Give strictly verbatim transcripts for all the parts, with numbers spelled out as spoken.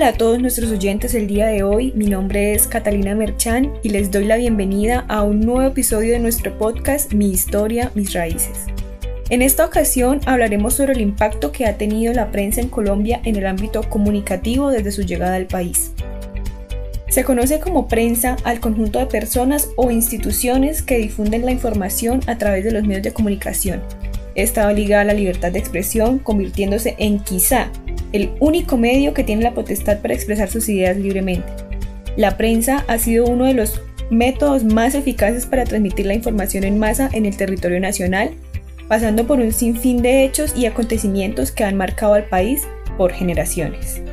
Hola a todos nuestros oyentes el día de hoy, mi nombre es Catalina Merchán y les doy la bienvenida a un nuevo episodio de nuestro podcast Mi Historia, Mis Raíces. En esta ocasión hablaremos sobre el impacto que ha tenido la prensa en Colombia en el ámbito comunicativo desde su llegada al país. Se conoce como prensa al conjunto de personas o instituciones que difunden la información a través de los medios de comunicación. Esta ligada a la libertad de expresión, convirtiéndose en quizá el único medio que tiene la potestad para expresar sus ideas libremente. La prensa ha sido uno de los métodos más eficaces para transmitir la información en masa en el territorio nacional, pasando por un sinfín de hechos y acontecimientos que han marcado al país por generaciones.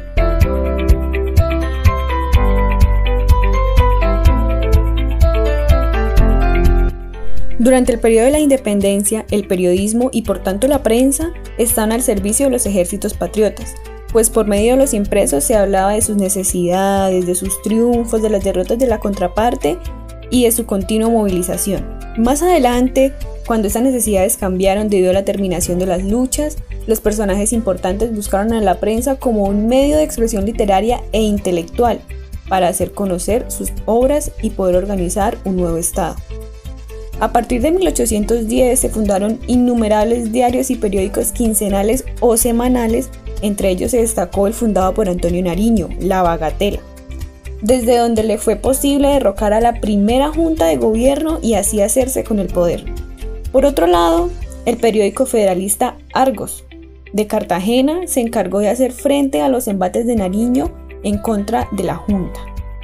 Durante el periodo de la independencia, el periodismo y por tanto la prensa están al servicio de los ejércitos patriotas, pues por medio de los impresos se hablaba de sus necesidades, de sus triunfos, de las derrotas de la contraparte y de su continua movilización. Más adelante, cuando estas necesidades cambiaron debido a la terminación de las luchas, los personajes importantes buscaron a la prensa como un medio de expresión literaria e intelectual para hacer conocer sus obras y poder organizar un nuevo estado. A partir de mil ochocientos diez se fundaron innumerables diarios y periódicos quincenales o semanales, entre ellos se destacó el fundado por Antonio Nariño, La Bagatela, desde donde le fue posible derrocar a la primera junta de gobierno y así hacerse con el poder. Por otro lado, el periódico federalista Argos, de Cartagena, se encargó de hacer frente a los embates de Nariño en contra de la junta.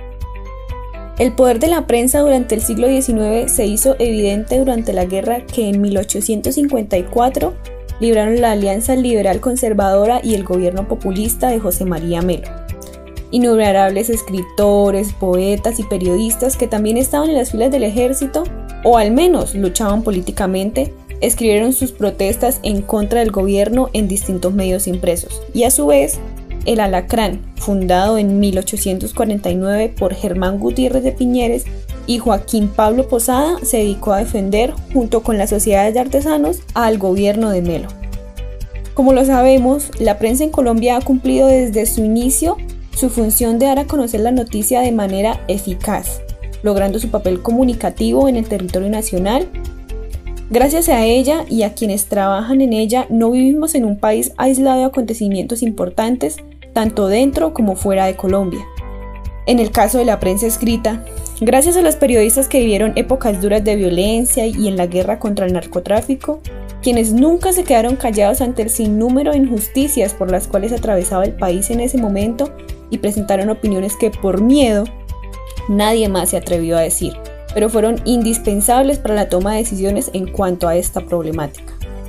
El poder de la prensa durante el siglo diecinueve se hizo evidente durante la guerra que en mil ochocientos cincuenta y cuatro libraron la Alianza Liberal Conservadora y el gobierno populista de José María Melo. Innumerables escritores, poetas y periodistas que también estaban en las filas del ejército, o al menos luchaban políticamente, escribieron sus protestas en contra del gobierno en distintos medios impresos, y a su vez, El Alacrán, fundado en mil ochocientos cuarenta y nueve por Germán Gutiérrez de Piñeres y Joaquín Pablo Posada, se dedicó a defender, junto con las sociedades de artesanos, al gobierno de Melo. Como lo sabemos, la prensa en Colombia ha cumplido desde su inicio su función de dar a conocer la noticia de manera eficaz, logrando su papel comunicativo en el territorio nacional. Gracias a ella y a quienes trabajan en ella, no vivimos en un país aislado de acontecimientos importantes, tanto dentro como fuera de Colombia. En el caso de la prensa escrita, gracias a los periodistas que vivieron épocas duras de violencia y en la guerra contra el narcotráfico, quienes nunca se quedaron callados ante el sinnúmero de injusticias por las cuales atravesaba el país en ese momento y presentaron opiniones que por miedo nadie más se atrevió a decir, pero fueron indispensables para la toma de decisiones en cuanto a esta problemática.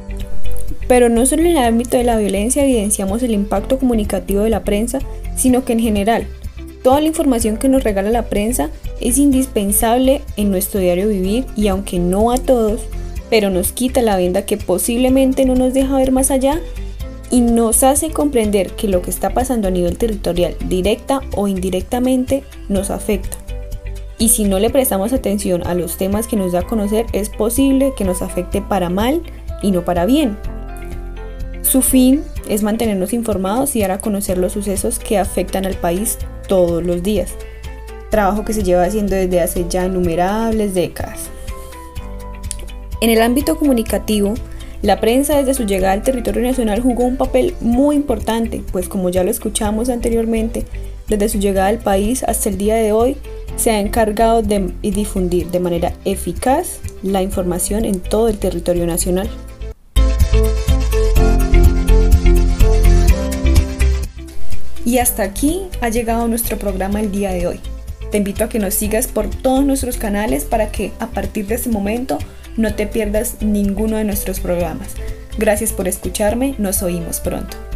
Pero no solo en el ámbito de la violencia evidenciamos el impacto comunicativo de la prensa, sino que en general, toda la información que nos regala la prensa es indispensable en nuestro diario vivir y aunque no a todos, pero nos quita la venda que posiblemente no nos deja ver más allá y nos hace comprender que lo que está pasando a nivel territorial, directa o indirectamente, nos afecta. Y si no le prestamos atención a los temas que nos da a conocer, es posible que nos afecte para mal y no para bien. Su fin es mantenernos informados y dar a conocer los sucesos que afectan al país todos los días, trabajo que se lleva haciendo desde hace ya innumerables décadas. En el ámbito comunicativo, la prensa desde su llegada al territorio nacional jugó un papel muy importante, pues como ya lo escuchamos anteriormente, desde su llegada al país hasta el día de hoy, se ha encargado de difundir de manera eficaz la información en todo el territorio nacional. Y hasta aquí ha llegado nuestro programa el día de hoy. Te invito a que nos sigas por todos nuestros canales para que a partir de este momento no te pierdas ninguno de nuestros programas. Gracias por escucharme, nos oímos pronto.